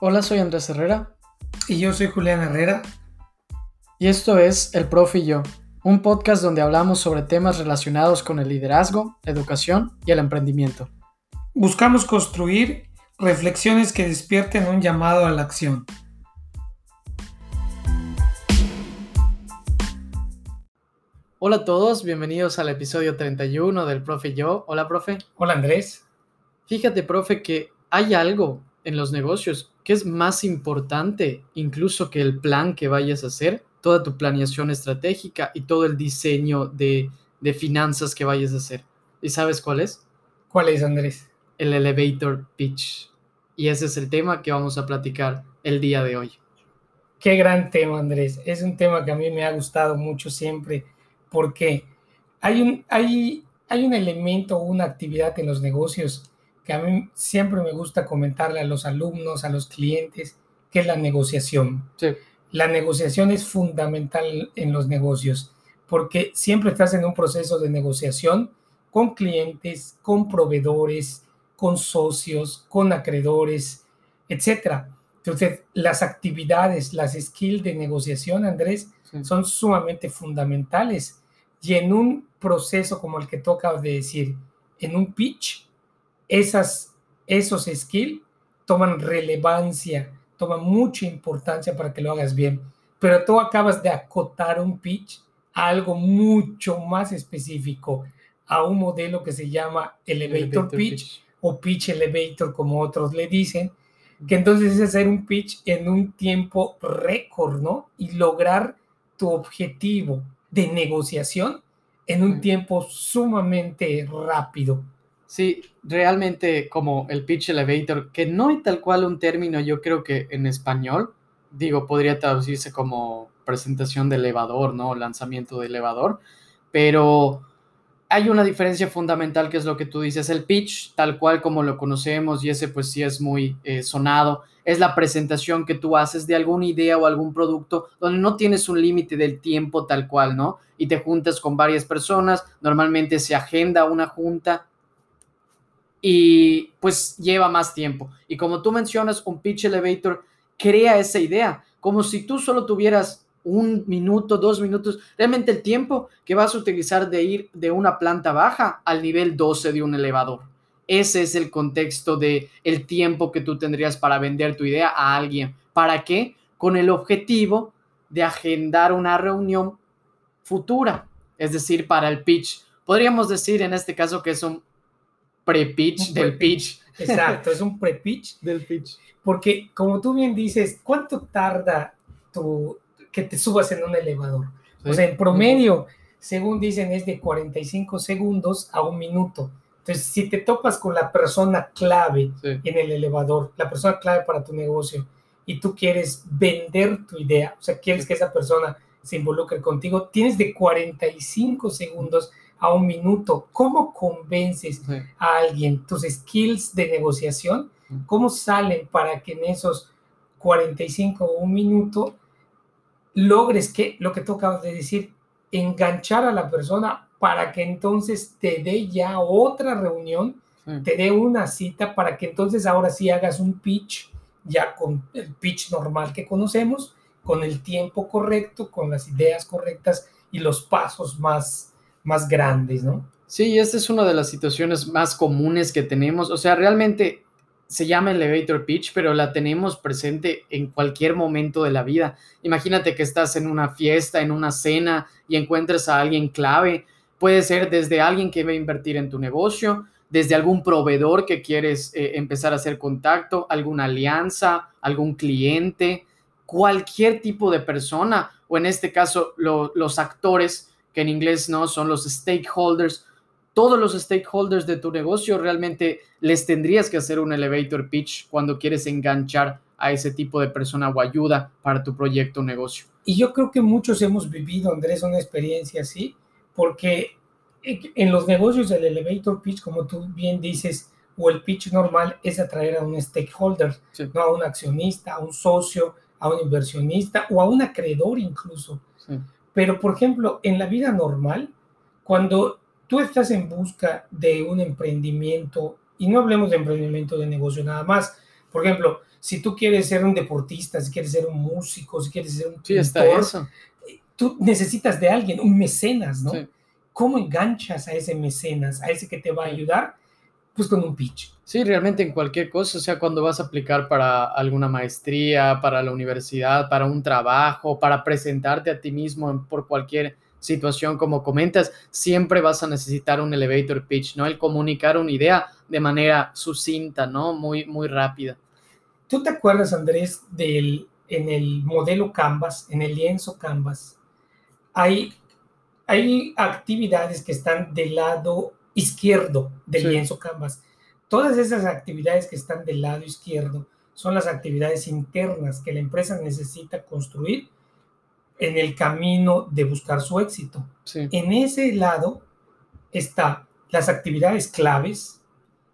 Hola, soy Andrés Herrera Y yo soy Julián Herrera. y esto es El Profe y Yo, un podcast donde hablamos sobre temas relacionados con el liderazgo, la educación y el emprendimiento. Buscamos construir reflexiones que despierten un llamado a la acción. Hola a todos, bienvenidos al episodio 31 del Profe y Yo. Hola, profe. Hola Andrés. Fíjate, profe, que hay algo en los negocios que es más importante incluso que el plan que vayas a hacer, toda tu planeación estratégica y todo el diseño de finanzas que vayas a hacer. ¿Y sabes cuál es? ¿Cuál es, Andrés? El elevator pitch. Y ese es el tema que vamos a platicar el día de hoy. Qué gran tema, Andrés. Es un tema que a mí me ha gustado mucho siempre porque hay un elemento o una actividad en los negocios que a mí siempre me gusta comentarle a los alumnos, a los clientes, que es la negociación. Sí. La negociación es fundamental en los negocios porque siempre estás en un proceso de negociación con clientes, con proveedores, con socios, con acreedores, etcétera. Entonces, las actividades, las skills de negociación, Andrés, Sí. son sumamente fundamentales. Y en un proceso como el que tú acabas de decir, en un pitch, esos skills toman relevancia, toman mucha importancia para que lo hagas bien. Pero tú acabas de acotar un pitch a algo mucho más específico, a un modelo que se llama elevator pitch o pitch elevator, como otros le dicen, que entonces es hacer un pitch en un tiempo récord, ¿no? Y lograr tu objetivo de negociación en un tiempo sumamente rápido. Sí, realmente como el pitch elevator, que no hay tal cual un término, yo creo que en español, digo, podría traducirse como presentación de elevador, ¿no? Lanzamiento de elevador, pero hay una diferencia fundamental que es lo que tú dices, el pitch, tal cual como lo conocemos, y ese pues sí es muy sonado, es la presentación que tú haces de alguna idea o algún producto donde no tienes un límite del tiempo tal cual, ¿no? Y te juntas con varias personas, normalmente se agenda una junta y pues lleva más tiempo. Y como tú mencionas, un pitch elevator crea esa idea, como si tú solo tuvieras 1 minuto, 2 minutos, realmente el tiempo que vas a utilizar de ir de una planta baja al nivel 12 de un elevador. Ese es el contexto de el tiempo que tú tendrías para vender tu idea a alguien. ¿Para qué? Con el objetivo de agendar una reunión futura, es decir, para el pitch. Podríamos decir en este caso que es un pre-pitch Un del pre-pitch. pitch. Exacto, es un pre-pitch. Del pitch. Porque como tú bien dices, ¿cuánto tarda que te subas en un elevador? O sea, ¿Sí? en promedio, según dicen, es de 45 segundos a 1 minuto. Entonces, si te topas con la persona clave Sí. en el elevador, la persona clave para tu negocio, y tú quieres vender tu idea, o sea, quieres que esa persona se involucre contigo, tienes de 45 segundos a 1 minuto. ¿Cómo convences Sí. a alguien? Tus skills de negociación, ¿cómo salen para que en esos 45 o 1 minuto logres que lo que tú acabas de decir, enganchar a la persona para que entonces te dé ya otra reunión, te dé una cita para que entonces ahora sí hagas un pitch ya con el pitch normal que conocemos, con el tiempo correcto, con las ideas correctas y los pasos más grandes, ¿no? Sí, esta es una de las situaciones más comunes que tenemos. O sea, realmente se llama elevator pitch, pero la tenemos presente en cualquier momento de la vida. Imagínate que estás en una fiesta, en una cena y encuentras a alguien clave. Puede ser desde alguien que va a invertir en tu negocio, desde algún proveedor que quieres empezar a hacer contacto, alguna alianza, algún cliente, cualquier tipo de persona, o en este caso los actores, que en inglés no son los stakeholders. Todos los stakeholders de tu negocio realmente les tendrías que hacer un elevator pitch cuando quieres enganchar a ese tipo de persona o ayuda para tu proyecto o negocio. Y yo creo que muchos hemos vivido, Andrés, una experiencia así, porque en los negocios el elevator pitch, como tú bien dices, o el pitch normal es atraer a un stakeholder, Sí. no a un accionista, a un socio, a un inversionista o a un acreedor incluso. Sí. Pero, por ejemplo, en la vida normal, cuando tú estás en busca de un emprendimiento, y no hablemos de emprendimiento de negocio nada más, por ejemplo, Si tú quieres ser un deportista, si quieres ser un músico, si quieres ser un Sí, está pintor, eso. tú necesitas de alguien, un mecenas, ¿no? Sí. ¿Cómo enganchas a ese mecenas, a ese que te va a Sí. ayudar? Pues con un pitch. Sí, realmente en cualquier cosa, o sea, cuando vas a aplicar para alguna maestría, para la universidad, para un trabajo, para presentarte a ti mismo por cualquier situación, como comentas, siempre vas a necesitar un elevator pitch, ¿no? El comunicar una idea de manera sucinta, ¿no? Muy, muy rápida. ¿Tú te acuerdas, Andrés, en el modelo Canvas, en el lienzo Canvas, hay, hay actividades que están del lado izquierdo del Sí, lienzo Canvas? Todas esas actividades que están del lado izquierdo son las actividades internas que la empresa necesita construir en el camino de buscar su éxito. sí, En ese lado está las actividades claves,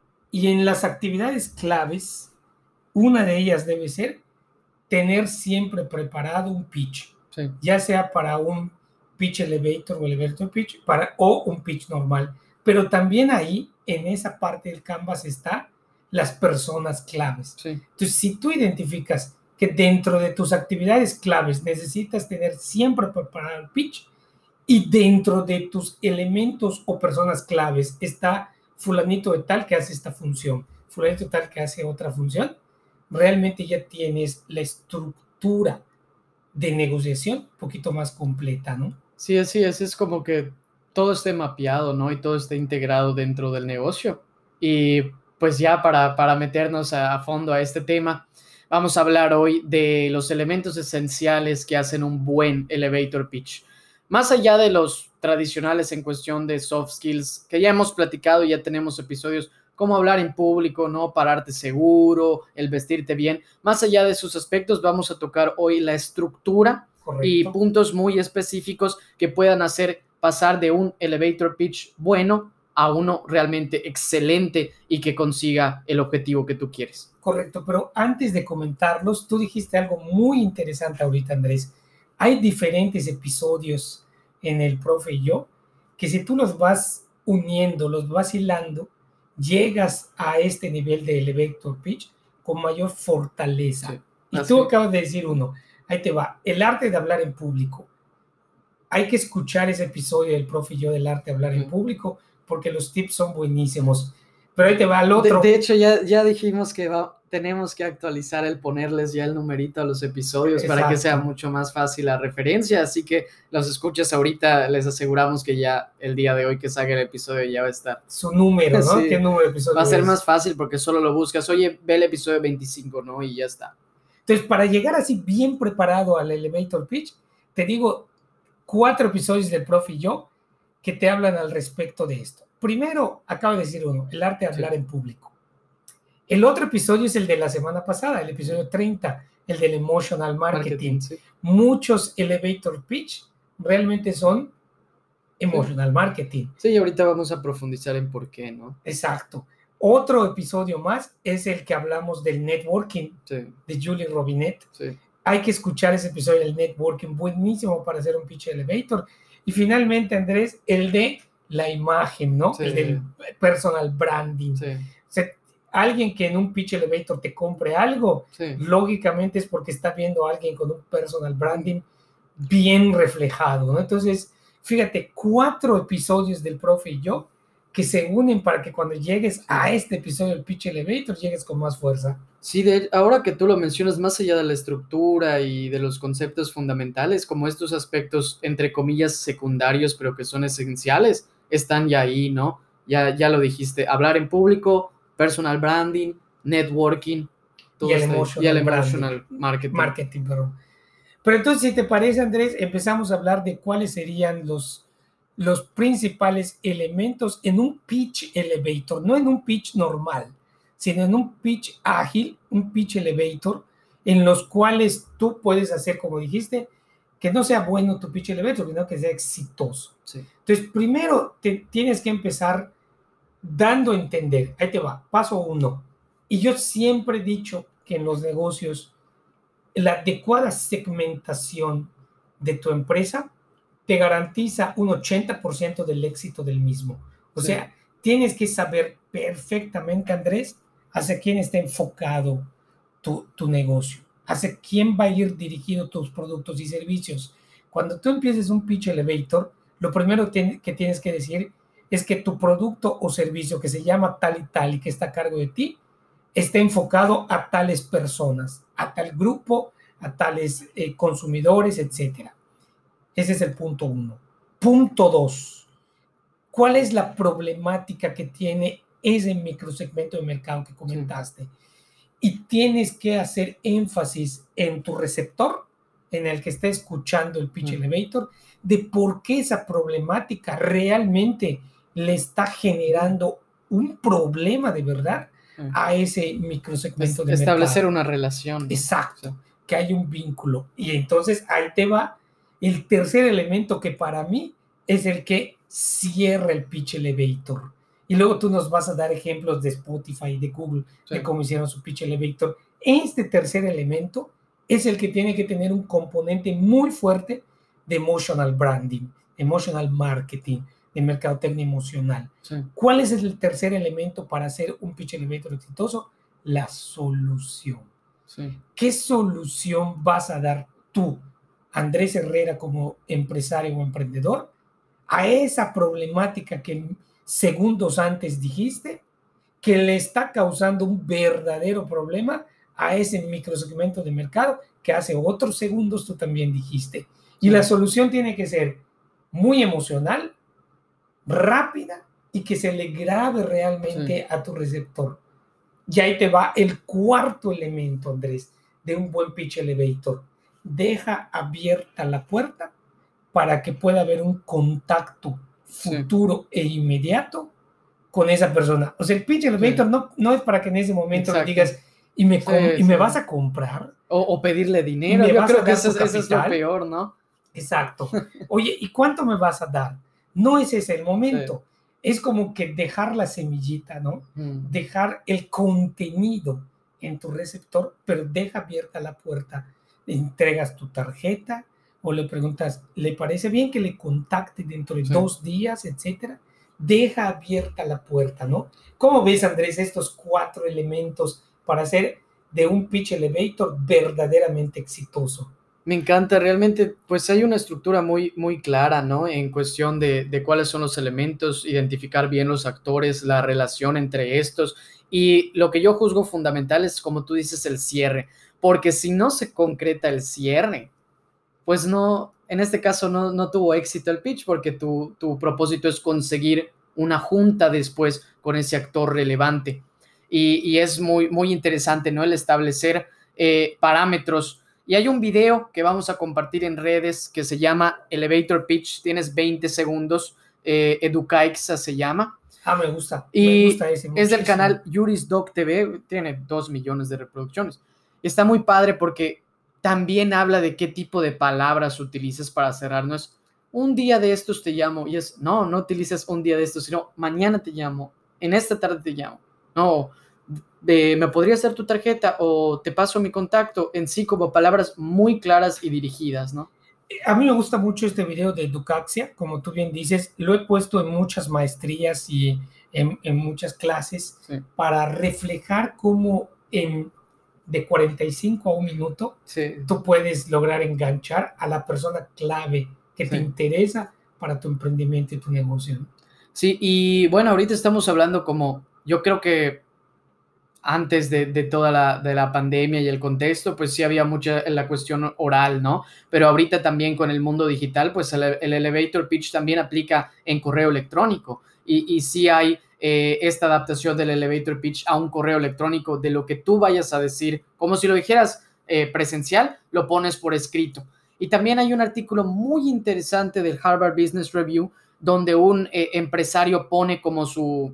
y en las actividades claves, una de ellas debe ser tener siempre preparado un pitch, sí. ya sea para un pitch elevator o elevator pitch o un pitch normal. Pero también ahí, en esa parte del canvas, está las personas claves. Sí. Entonces, si tú identificas que dentro de tus actividades claves necesitas tener siempre preparado el pitch, y dentro de tus elementos o personas claves está fulanito de tal que hace esta función, fulanito de tal que hace otra función, realmente ya tienes la estructura de negociación un poquito más completa, ¿no? Sí, así es como que todo esté mapeado, ¿no? Y todo esté integrado dentro del negocio. Y pues ya para meternos a fondo a este tema, vamos a hablar hoy de los elementos esenciales que hacen un buen elevator pitch. Más allá de los tradicionales en cuestión de soft skills, que ya hemos platicado y ya tenemos episodios, cómo hablar en público, ¿no? Pararte seguro, el vestirte bien. Más allá de esos aspectos, vamos a tocar hoy la estructura y Correcto. puntos muy específicos que puedan hacer pasar de un elevator pitch bueno a uno realmente excelente y que consiga el objetivo que tú quieres. Correcto, pero antes de comentarlos, tú dijiste algo muy interesante ahorita, Andrés. Hay diferentes episodios en El Profe y yo que si tú los vas uniendo, los vas hilando, llegas a este nivel de elevator pitch con mayor fortaleza. Sí, Y tú así. acabas de decir uno, ahí te va, el arte de hablar en público. Hay que escuchar ese episodio del Profe y yo del arte de hablar en Sí. público porque los tips son buenísimos. Pero ahí te va el De otro. hecho, ya dijimos que tenemos que actualizar el ponerles ya el numerito a los episodios para que sea Exacto. mucho más fácil la referencia. Así que los escuchas ahorita, les aseguramos que ya el día de hoy que salga el episodio ya va a estar. Su número, ¿no? Sí, ¿Qué número de va a episodio ser es? más fácil porque solo lo buscas. Oye, ve el episodio 25, ¿no? Y ya está. Entonces, para llegar así bien preparado al elevator pitch, te digo 4 episodios del Profe y yo que te hablan al respecto de esto. Primero, acabo de decir uno, el arte de hablar Sí. en público. El otro episodio es el de la semana pasada, el episodio 30, el del emotional marketing. Sí. Muchos elevator pitch realmente son emotional marketing. Sí, y ahorita vamos a profundizar en por qué, ¿no? Exacto. Otro episodio más es el que hablamos del networking Sí, de Julie Robinet. sí, Hay que escuchar ese episodio del networking, buenísimo para hacer un pitch elevator. Y finalmente, Andrés, el de la imagen, ¿no? sí, El del personal branding. sí, O sea, alguien que en un pitch elevator te compre algo, sí. lógicamente es porque está viendo a alguien con un personal branding bien reflejado, ¿no? Entonces, fíjate, 4 episodios del Profe y yo que se unen para que cuando llegues a este episodio del Pitch Elevator llegues con más fuerza. Sí, ahora que tú lo mencionas, más allá de la estructura y de los conceptos fundamentales, como estos aspectos, entre comillas, secundarios, pero que son esenciales, están ya ahí, ¿no? Ya lo dijiste, hablar en público, personal branding, networking, todo Y el está ahí. Y el emotional marketing. Perdón. Pero entonces, si te parece, Andrés, empezamos a hablar de cuáles serían los principales elementos en un pitch elevator, no en un pitch normal, sino en un pitch ágil, un pitch elevator, en los cuales tú puedes hacer, como dijiste, que no sea bueno tu pitch elevator, sino que sea exitoso. Sí, Entonces, primero tienes que empezar dando a entender, ahí te va, paso 1. Y yo siempre he dicho que en los negocios, la adecuada segmentación de tu empresa te garantiza un 80% del éxito del mismo. O sí, sea, tienes que saber perfectamente, Andrés, hacia quién está enfocado tu negocio, hacia quién va a ir dirigido tus productos y servicios. Cuando tú empieces un pitch elevator, lo primero que tienes que decir es que tu producto o servicio que se llama tal y que está a cargo de ti, esté enfocado a tales personas, a tal grupo, a tales consumidores, etcétera. Ese es el punto 1. Punto 2. ¿Cuál es la problemática que tiene ese microsegmento de mercado que comentaste? Sí. Y tienes que hacer énfasis en tu receptor, en el que esté escuchando el pitch elevator, de por qué esa problemática realmente le está generando un problema de verdad a ese microsegmento de mercado. Establecer una relación, ¿no? Exacto, sí. Que hay un vínculo. Y entonces ahí te va el tercer elemento, que para mí es el que cierra el pitch elevator. Y luego tú nos vas a dar ejemplos de Spotify y de Google, sí, de cómo hicieron su pitch elevator. Este tercer elemento es el que tiene que tener un componente muy fuerte de emotional branding, emotional marketing, de mercadotecnia emocional. Sí. ¿Cuál es el tercer elemento para hacer un pitch elevator exitoso? La solución. Sí. ¿Qué solución vas a dar tú, Andrés Herrera, como empresario o emprendedor, a esa problemática que segundos antes dijiste, que le está causando un verdadero problema a ese microsegmento de mercado que hace otros segundos tú también dijiste? Y la solución tiene que ser muy emocional, rápida y que se le grabe realmente a tu receptor. Y ahí te va el cuarto elemento, Andrés, de un buen pitch elevator. Deja abierta la puerta para que pueda haber un contacto futuro e inmediato con esa persona. O sea, el pitch elevator no es para que en ese momento le digas, y me vas a comprar. O pedirle dinero. Yo creo que eso es lo peor, ¿no? Exacto. Oye, ¿y cuánto me vas a dar? No ese es el momento. Sí. Es como que dejar la semillita, ¿no? Dejar el contenido en tu receptor, pero deja abierta la puerta. Le entregas tu tarjeta o le preguntas, ¿le parece bien que le contacte dentro de 2 días, etcétera? Deja abierta la puerta, ¿no? ¿Cómo ves, Andrés, estos 4 elementos para hacer de un pitch elevator verdaderamente exitoso? Me encanta, realmente, pues hay una estructura muy, muy clara, ¿no? En cuestión de cuáles son los elementos, identificar bien los actores, la relación entre estos, y lo que yo juzgo fundamental es, como tú dices, el cierre, porque si no se concreta el cierre, pues no, en este caso no tuvo éxito el pitch, porque tu propósito es conseguir una junta después con ese actor relevante, y es muy, muy interesante, ¿no? El establecer parámetros. Y hay un video que vamos a compartir en redes que se llama Elevator Pitch. Tienes 20 segundos. Educaixa se llama. Me gusta. Y me gusta ese. Es del canal Yuri's Dog TV. Tiene 2 millones de reproducciones. Está muy padre porque también habla de qué tipo de palabras utilizas para cerrar. No es un día de estos te llamo. Y es, no utilices un día de estos, sino mañana te llamo. En esta tarde te llamo. No, ¿me podría hacer tu tarjeta o te paso mi contacto? En sí, como palabras muy claras y dirigidas, ¿no? A mí me gusta mucho este video de Educaxia, como tú bien dices, lo he puesto en muchas maestrías y en muchas clases, sí, para reflejar cómo de 45 a 1 minuto, sí, tú puedes lograr enganchar a la persona clave que te interesa para tu emprendimiento y tu negocio. Sí, y bueno, ahorita estamos hablando como, yo creo que antes de toda la pandemia y el contexto, pues sí había mucha en la cuestión oral, ¿no? Pero ahorita también con el mundo digital, pues el elevator pitch también aplica en correo electrónico, y sí hay esta adaptación del elevator pitch a un correo electrónico, de lo que tú vayas a decir, como si lo dijeras presencial, lo pones por escrito. Y también hay un artículo muy interesante del Harvard Business Review, donde un empresario pone como su,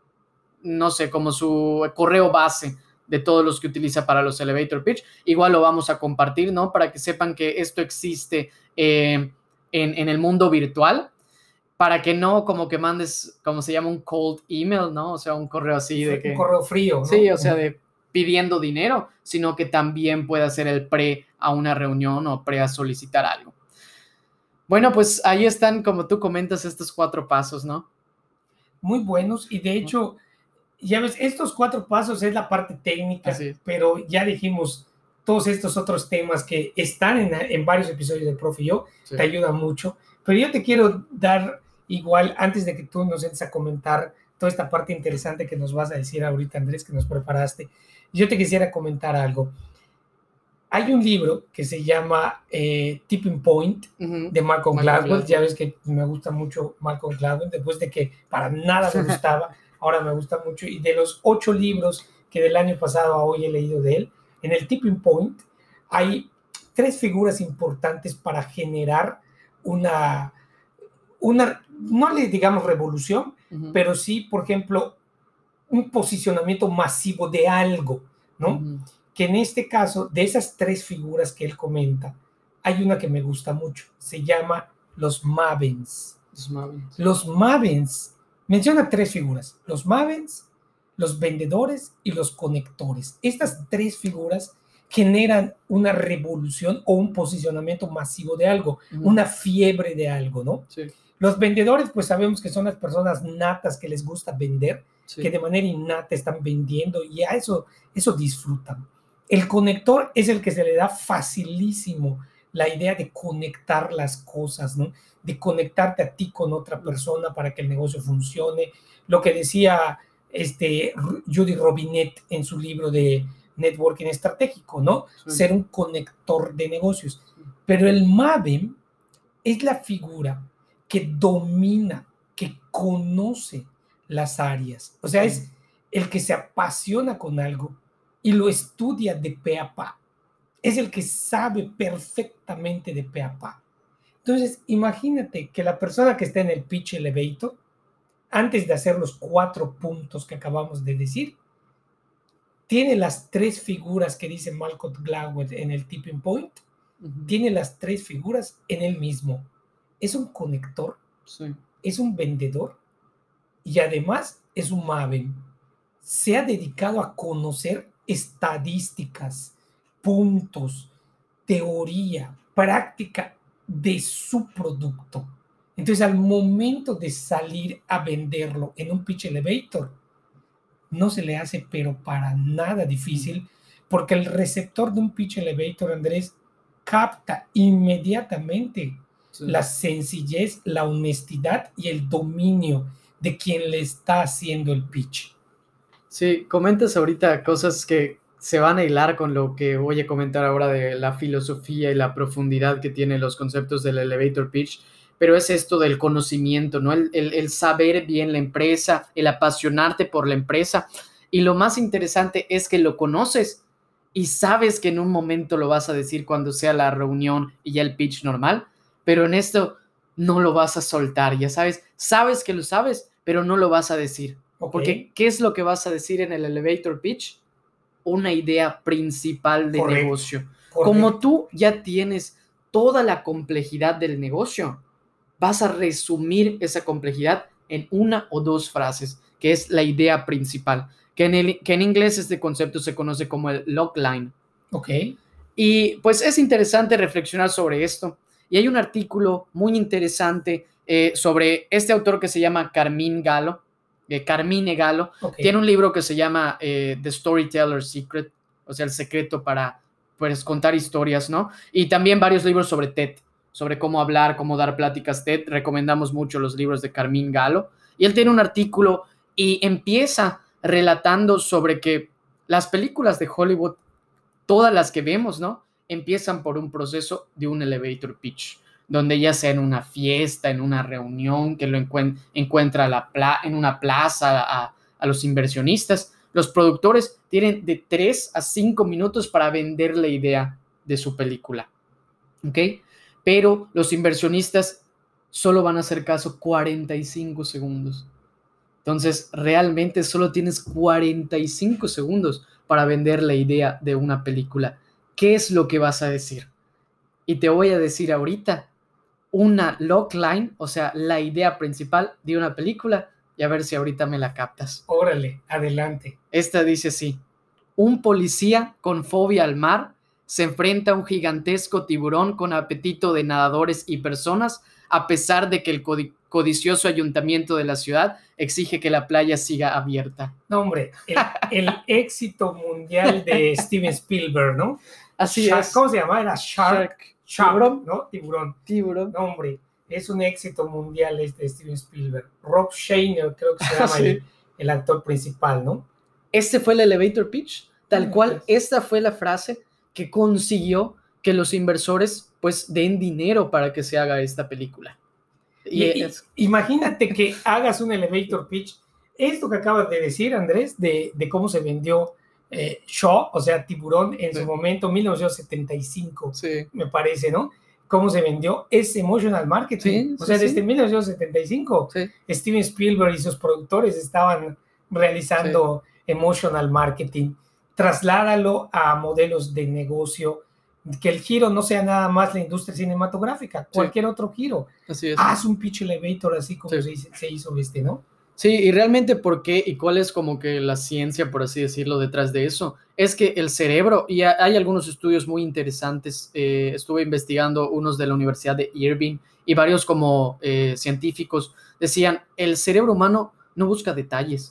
no sé, como su correo base de todos los que utiliza para los elevator pitch. Igual lo vamos a compartir, ¿no? Para que sepan que esto existe en el mundo virtual, para que no como que mandes, como se llama, un cold email, ¿no? O sea, un correo así de que... Un correo frío, ¿no? Sí, o sea, de pidiendo dinero, sino que también puede hacer el pre a una reunión o pre a solicitar algo. Bueno, pues ahí están, como tú comentas, estos 4 pasos, ¿no? Muy buenos, y de hecho... Ya ves, estos 4 pasos es la parte técnica, pero ya dijimos todos estos otros temas que están en varios episodios de Profe y Yo, te ayudan mucho. Pero yo te quiero dar igual, antes de que tú nos entres a comentar toda esta parte interesante que nos vas a decir ahorita, Andrés, que nos preparaste, yo te quisiera comentar algo. Hay un libro que se llama Tipping Point, de Malcolm Gladwell. Ya ves que me gusta mucho Malcolm Gladwell, después de que para nada me gustaba, ahora me gusta mucho. Y de los 8 libros que del año pasado a hoy he leído de él, en el Tipping Point hay 3 figuras importantes para generar una no le digamos revolución, pero sí, por ejemplo, un posicionamiento masivo de algo, ¿no? Que en este caso, de esas 3 figuras que él comenta, hay una que me gusta mucho, se llama los Mavens. Los Mavens menciona 3 figuras, los Mavens, los vendedores y los conectores. Estas 3 figuras generan una revolución o un posicionamiento masivo de algo, una fiebre de algo, ¿no? Sí. Los vendedores, pues sabemos que son las personas natas que les gusta vender, que de manera innata están vendiendo y a eso disfrutan. El conector es el que se le da facilísimo la idea de conectar las cosas, ¿no? De conectarte a ti con otra persona para que el negocio funcione. Lo que decía Judy Robinett en su libro de Networking Estratégico, ¿no? Sí. Ser un conector de negocios. Pero el Maven es la figura que domina, que conoce las áreas. O sea, es el que se apasiona con algo y lo estudia de pe a pa. Es el que sabe perfectamente de pe a pa. Entonces, imagínate que la persona que está en el pitch elevator, antes de hacer los 4 puntos que acabamos de decir, tiene las 3 figuras que dice Malcolm Gladwell en el Tipping Point, tiene las 3 figuras en él mismo. Es un conector, es un vendedor y además es un Maven. Se ha dedicado a conocer estadísticas, puntos, teoría, práctica de su producto. Entonces, al momento de salir a venderlo en un pitch elevator, no se le hace pero para nada difícil, porque el receptor de un pitch elevator, Andrés, capta inmediatamente la sencillez, la honestidad y el dominio de quien le está haciendo el pitch. Sí, comentas ahorita cosas que se van a hilar con lo que voy a comentar ahora de la filosofía y la profundidad que tienen los conceptos del elevator pitch, pero es esto del conocimiento, ¿no? El saber bien la empresa, el apasionarte por la empresa, y lo más interesante es que lo conoces y sabes que en un momento lo vas a decir cuando sea la reunión y ya el pitch normal, pero en esto no lo vas a soltar, ya sabes que lo sabes, pero no lo vas a decir. Okay. Porque, ¿qué es lo que vas a decir en el elevator pitch? Una idea principal de negocio. Como tú ya tienes toda la complejidad del negocio, vas a resumir esa complejidad en 1 o 2 frases, que es la idea principal, que en inglés este concepto se conoce como el logline. Ok. Y pues es interesante reflexionar sobre esto. Y hay un artículo muy interesante sobre este autor que se llama Carmine Gallo. Okay. Tiene un libro que se llama The Storyteller's Secret, o sea, el secreto para pues contar historias, ¿no? Y también varios libros sobre TED, sobre cómo hablar, cómo dar pláticas TED. Recomendamos mucho los libros de Carmine Gallo. Y él tiene un artículo y empieza relatando sobre que las películas de Hollywood, todas las que vemos, ¿no? Empiezan por un proceso de un elevator pitch, donde ya sea en una fiesta, en una reunión, que lo encuentra en una plaza a los inversionistas. Los productores tienen de 3 a 5 minutos para vender la idea de su película, ¿ok? Pero los inversionistas solo van a hacer caso 45 segundos. Entonces, realmente solo tienes 45 segundos para vender la idea de una película. ¿Qué es lo que vas a decir? Y te voy a decir ahorita una logline, o sea, la idea principal de una película, y a ver si ahorita me la captas. Órale, adelante. Esta dice así: un policía con fobia al mar se enfrenta a un gigantesco tiburón con apetito de nadadores y personas, a pesar de que el codicioso ayuntamiento de la ciudad exige que la playa siga abierta. No, hombre, el éxito mundial de Steven Spielberg, ¿no? Así es. ¿Cómo se llama? Era Shark, ¿Tiburón? ¿no? Tiburón. No, hombre, es un éxito mundial este Steven Spielberg. Rob Schneider, creo que se llama Sí. el actor principal, ¿no? Este fue el elevator pitch, tal cual. Esta fue la frase que consiguió que los inversores pues den dinero para que se haga esta película. Imagínate que hagas un elevator pitch. Esto que acabas de decir, Andrés, de cómo se vendió Shaw, o sea, Tiburón en su momento, 1975, me parece, ¿no? Cómo se vendió, es emotional marketing. O sea, desde 1975, Steven Spielberg y sus productores estaban realizando emotional marketing. Trasládalo a modelos de negocio, que el giro no sea nada más la industria cinematográfica, cualquier otro giro. Así es. Haz un pitch elevator así como se hizo ¿no? Sí, y realmente por qué y cuál es como que la ciencia, por así decirlo, detrás de eso, es que el cerebro, y hay algunos estudios muy interesantes, estuve investigando unos de la Universidad de Irvine y varios como científicos decían, el cerebro humano no busca detalles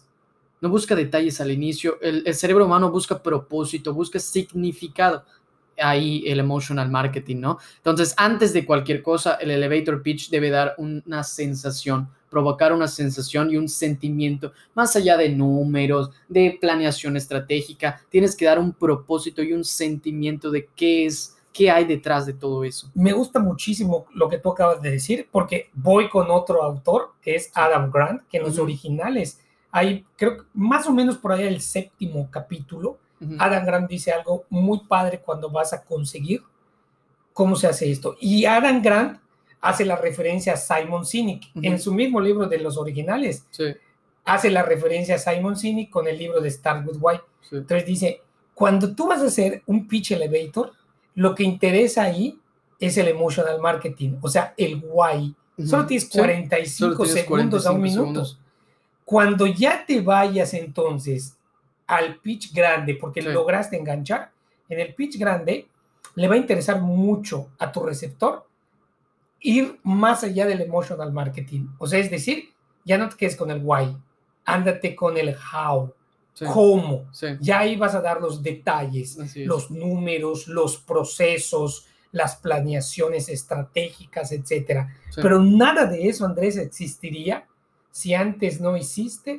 al inicio, el cerebro humano busca propósito, busca significado. Ahí el emotional marketing, ¿no? Entonces, antes de cualquier cosa, el elevator pitch debe dar una sensación, provocar una sensación y un sentimiento, más allá de números, de planeación estratégica, tienes que dar un propósito y un sentimiento de qué hay detrás de todo eso. Me gusta muchísimo lo que tú acabas de decir, porque voy con otro autor, que es Adam Grant, que en los originales hay, creo que más o menos por ahí el 7º capítulo, Adam Grant dice algo muy padre cuando vas a conseguir cómo se hace esto. Y Adam Grant hace la referencia a Simon Sinek. En su mismo libro de los originales, hace la referencia a Simon Sinek con el libro de Start With Why. Entonces dice, cuando tú vas a hacer un pitch elevator, lo que interesa ahí es el emotional marketing, o sea, el why. Solo tienes 45 segundos a un minuto. Cuando ya te vayas entonces al pitch grande, porque lograste enganchar, en el pitch grande le va a interesar mucho a tu receptor ir más allá del emotional marketing. O sea, es decir, ya no te quedes con el why, ándate con el how, cómo. Ya ahí vas a dar los detalles, los números, los procesos, las planeaciones estratégicas, etc. Pero nada de eso, Andrés, existiría si antes no hiciste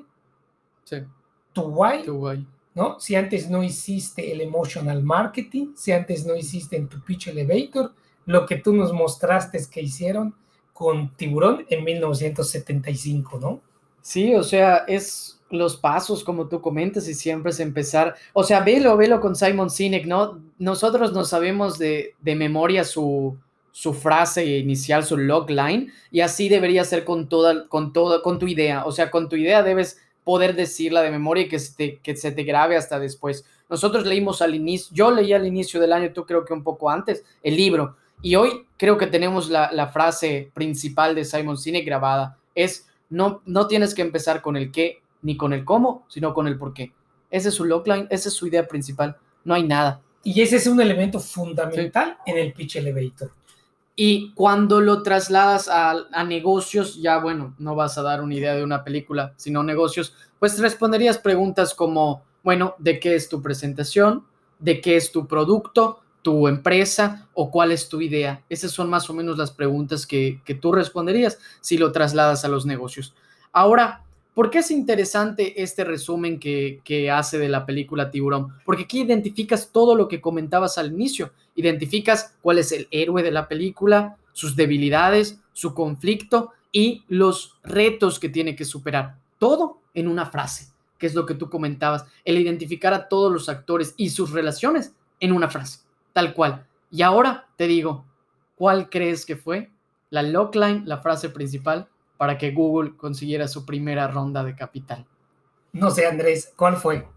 tu why, ¿no? Si antes no hiciste el emotional marketing, si antes no hiciste en tu pitch elevator lo que tú nos mostraste que hicieron con Tiburón en 1975, ¿no? Sí, o sea, es los pasos como tú comentas y siempre es empezar, o sea, velo con Simon Sinek, ¿no? Nosotros no sabemos de memoria su frase inicial, su logline, y así debería ser con tu idea. O sea, con tu idea debes poder decirla de memoria y que se te grabe hasta después. Nosotros leímos al inicio, yo leí al inicio del año, tú creo que un poco antes, el libro, y hoy creo que tenemos la frase principal de Simon Sinek grabada, es no tienes que empezar con el qué ni con el cómo, sino con el por qué. Ese es su logline, esa es su idea principal, no hay nada. Y ese es un elemento fundamental en el pitch elevator. Y cuando lo trasladas a negocios, ya bueno, no vas a dar una idea de una película, sino negocios, pues responderías preguntas como, bueno, ¿de qué es tu presentación? ¿De qué es tu producto? ¿Tu empresa? ¿O cuál es tu idea? Esas son más o menos las preguntas que tú responderías si lo trasladas a los negocios. Ahora, ¿por qué es interesante este resumen que hace de la película Tiburón? Porque aquí identificas todo lo que comentabas al inicio. Identificas cuál es el héroe de la película, sus debilidades, su conflicto y los retos que tiene que superar. Todo en una frase, que es lo que tú comentabas. El identificar a todos los actores y sus relaciones en una frase, tal cual. Y ahora te digo, ¿cuál crees que fue la logline, la frase principal, para que Google consiguiera su primera ronda de capital? No sé, Andrés, ¿cuál fue?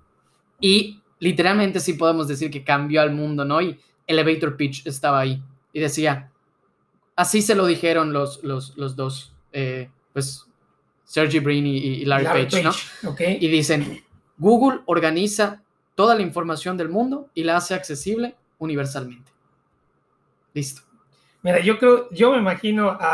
Y literalmente sí podemos decir que cambió al mundo, ¿no? Y elevator pitch estaba ahí. Y decía, así se lo dijeron los dos, pues Sergey Brin y Larry Page, ¿no? Okay. Y dicen, Google organiza toda la información del mundo y la hace accesible universalmente. Listo. Mira, yo me imagino a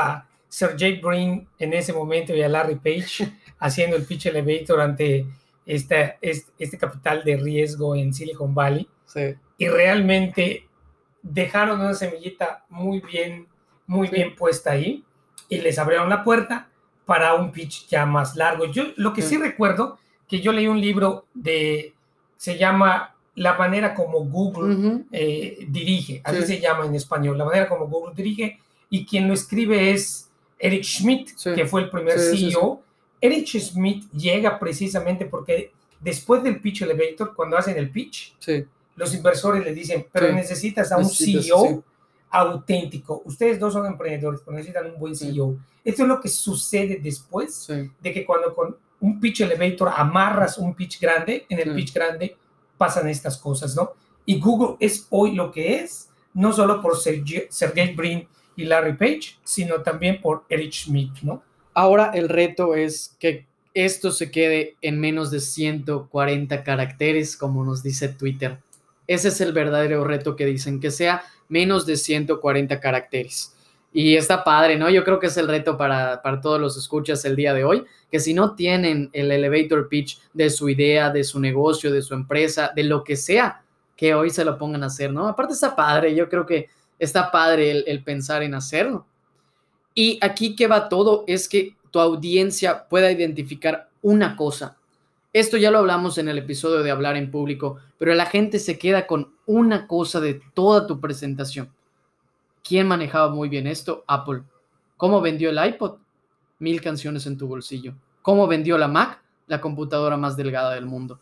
Sergey Brin en ese momento y a Larry Page haciendo el pitch elevator ante este capital de riesgo en Silicon Valley. Sí. Y realmente dejaron una semillita muy bien puesta ahí y les abrieron la puerta para un pitch ya más largo. Yo lo que sí recuerdo, que yo leí un libro se llama La manera como Google dirige, así se llama en español, La manera como Google dirige, y quien lo escribe es Eric Schmidt, que fue el primer CEO. Eric Schmidt llega precisamente porque después del pitch elevator, cuando hacen el pitch, los inversores le dicen, pero necesitas a un CEO auténtico. Ustedes dos son emprendedores, pero necesitan un buen CEO. Esto es lo que sucede después de que cuando con un pitch elevator amarras un pitch grande, en el pitch grande pasan estas cosas, ¿no? Y Google es hoy lo que es, no solo por Sergey Brin y Larry Page, sino también por Eric Schmidt, ¿no? Ahora el reto es que esto se quede en menos de 140 caracteres, como nos dice Twitter. Ese es el verdadero reto que dicen, que sea menos de 140 caracteres. Y está padre, ¿no? Yo creo que es el reto para todos los escuchas el día de hoy, que si no tienen el elevator pitch de su idea, de su negocio, de su empresa, de lo que sea, que hoy se lo pongan a hacer, ¿no? Aparte está padre, yo creo que está padre el pensar en hacerlo. Y aquí que va todo es que tu audiencia pueda identificar una cosa. Esto ya lo hablamos en el episodio de hablar en público, pero la gente se queda con una cosa de toda tu presentación. ¿Quién manejaba muy bien esto? Apple. ¿Cómo vendió el iPod? 1000 canciones en tu bolsillo. ¿Cómo vendió la Mac? La computadora más delgada del mundo.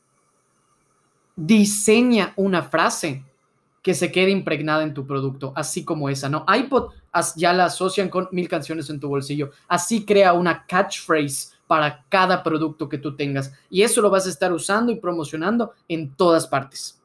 Diseña una frase que se quede impregnada en tu producto, así como esa, ¿no? iPod ya la asocian con 1000 canciones en tu bolsillo. Así crea una catchphrase para cada producto que tú tengas. Y eso lo vas a estar usando y promocionando en todas partes.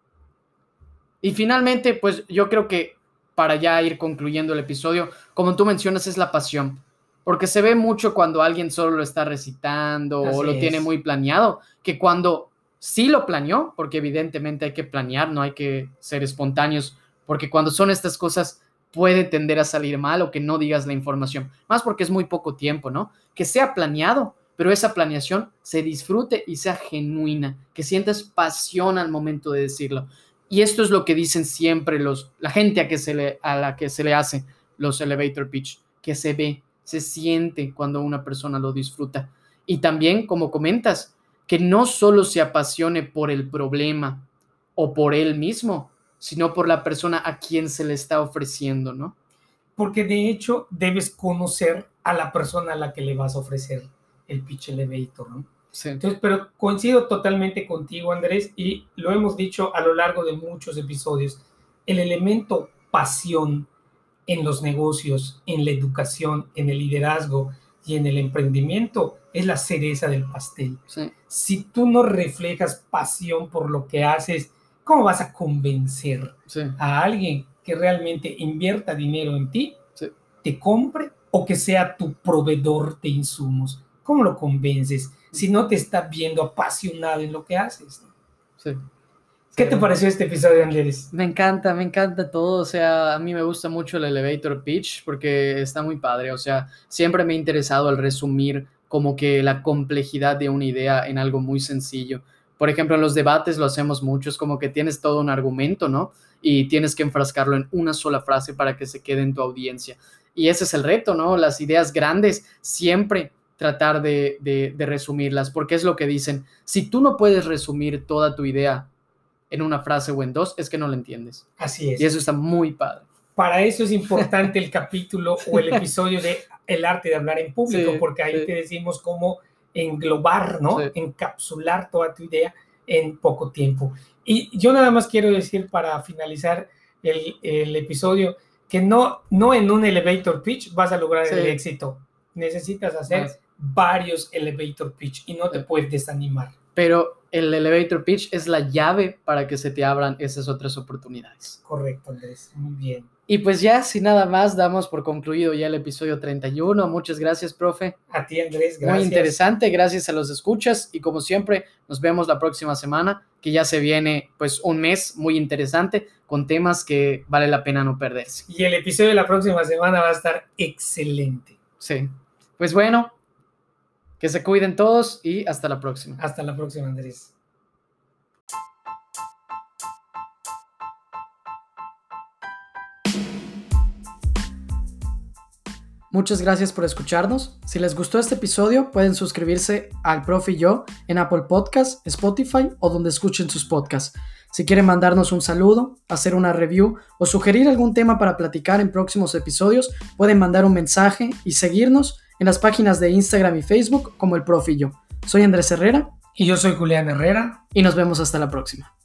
Y finalmente, pues yo creo que para ya ir concluyendo el episodio, como tú mencionas, es la pasión. Porque se ve mucho cuando alguien solo lo está recitando o lo tiene muy planeado, que cuando sí lo planeó, porque evidentemente hay que planear, no hay que ser espontáneos, porque cuando son estas cosas puede tender a salir mal o que no digas la información, más porque es muy poco tiempo, ¿no? Que sea planeado, pero esa planeación se disfrute y sea genuina, que sientas pasión al momento de decirlo. Y esto es lo que dicen siempre la gente a la que se le hace los elevator pitch, que se ve, se siente cuando una persona lo disfruta. Y también, como comentas, que no solo se apasione por el problema o por él mismo, sino por la persona a quien se le está ofreciendo, ¿no? Porque de hecho debes conocer a la persona a la que le vas a ofrecer el pitch elevator, ¿no? Sí. Entonces, pero coincido totalmente contigo, Andrés, y lo hemos dicho a lo largo de muchos episodios. El elemento pasión en los negocios, en la educación, en el liderazgo y en el emprendimiento es la cereza del pastel. Sí. Si tú no reflejas pasión por lo que haces, ¿cómo vas a convencer a alguien que realmente invierta dinero en ti, te compre o que sea tu proveedor de insumos? ¿Cómo lo convences si no te está viendo apasionado en lo que haces? Sí. ¿Qué te pareció este episodio, Andrés? Me encanta todo, o sea, a mí me gusta mucho el elevator pitch porque está muy padre, o sea, siempre me ha interesado el resumir como que la complejidad de una idea en algo muy sencillo. Por ejemplo, en los debates lo hacemos mucho, es como que tienes todo un argumento, ¿no? Y tienes que enfrascarlo en una sola frase para que se quede en tu audiencia. Y ese es el reto, ¿no? Las ideas grandes siempre tratar de resumirlas, porque es lo que dicen, si tú no puedes resumir toda tu idea en una frase o en dos, es que no lo entiendes. Así es. Y eso está muy padre. Para eso es importante el capítulo o el episodio de El arte de hablar en público, porque ahí te decimos cómo englobar, ¿no? Encapsular toda tu idea en poco tiempo. Y yo nada más quiero decir para finalizar el episodio que no en un elevator pitch vas a lograr el éxito. Necesitas hacer varios elevator pitch y no te puedes desanimar. Pero el elevator pitch es la llave para que se te abran esas otras oportunidades. Correcto, Andrés. Muy bien. Y pues ya, sin nada más, damos por concluido ya el episodio 31. Muchas gracias, profe. A ti, Andrés, gracias. Muy interesante, gracias a los escuchas. Y como siempre, nos vemos la próxima semana, que ya se viene pues un mes muy interesante con temas que vale la pena no perderse. Y el episodio de la próxima semana va a estar excelente. Sí. Pues bueno, que se cuiden todos y hasta la próxima. Hasta la próxima, Andrés. Muchas gracias por escucharnos. Si les gustó este episodio, pueden suscribirse al Profe y Yo en Apple Podcasts, Spotify o donde escuchen sus podcasts. Si quieren mandarnos un saludo, hacer una review o sugerir algún tema para platicar en próximos episodios, pueden mandar un mensaje y seguirnos en las páginas de Instagram y Facebook como el Profe y Yo. Soy Andrés Herrera. Y yo soy Julián Herrera. Y nos vemos hasta la próxima.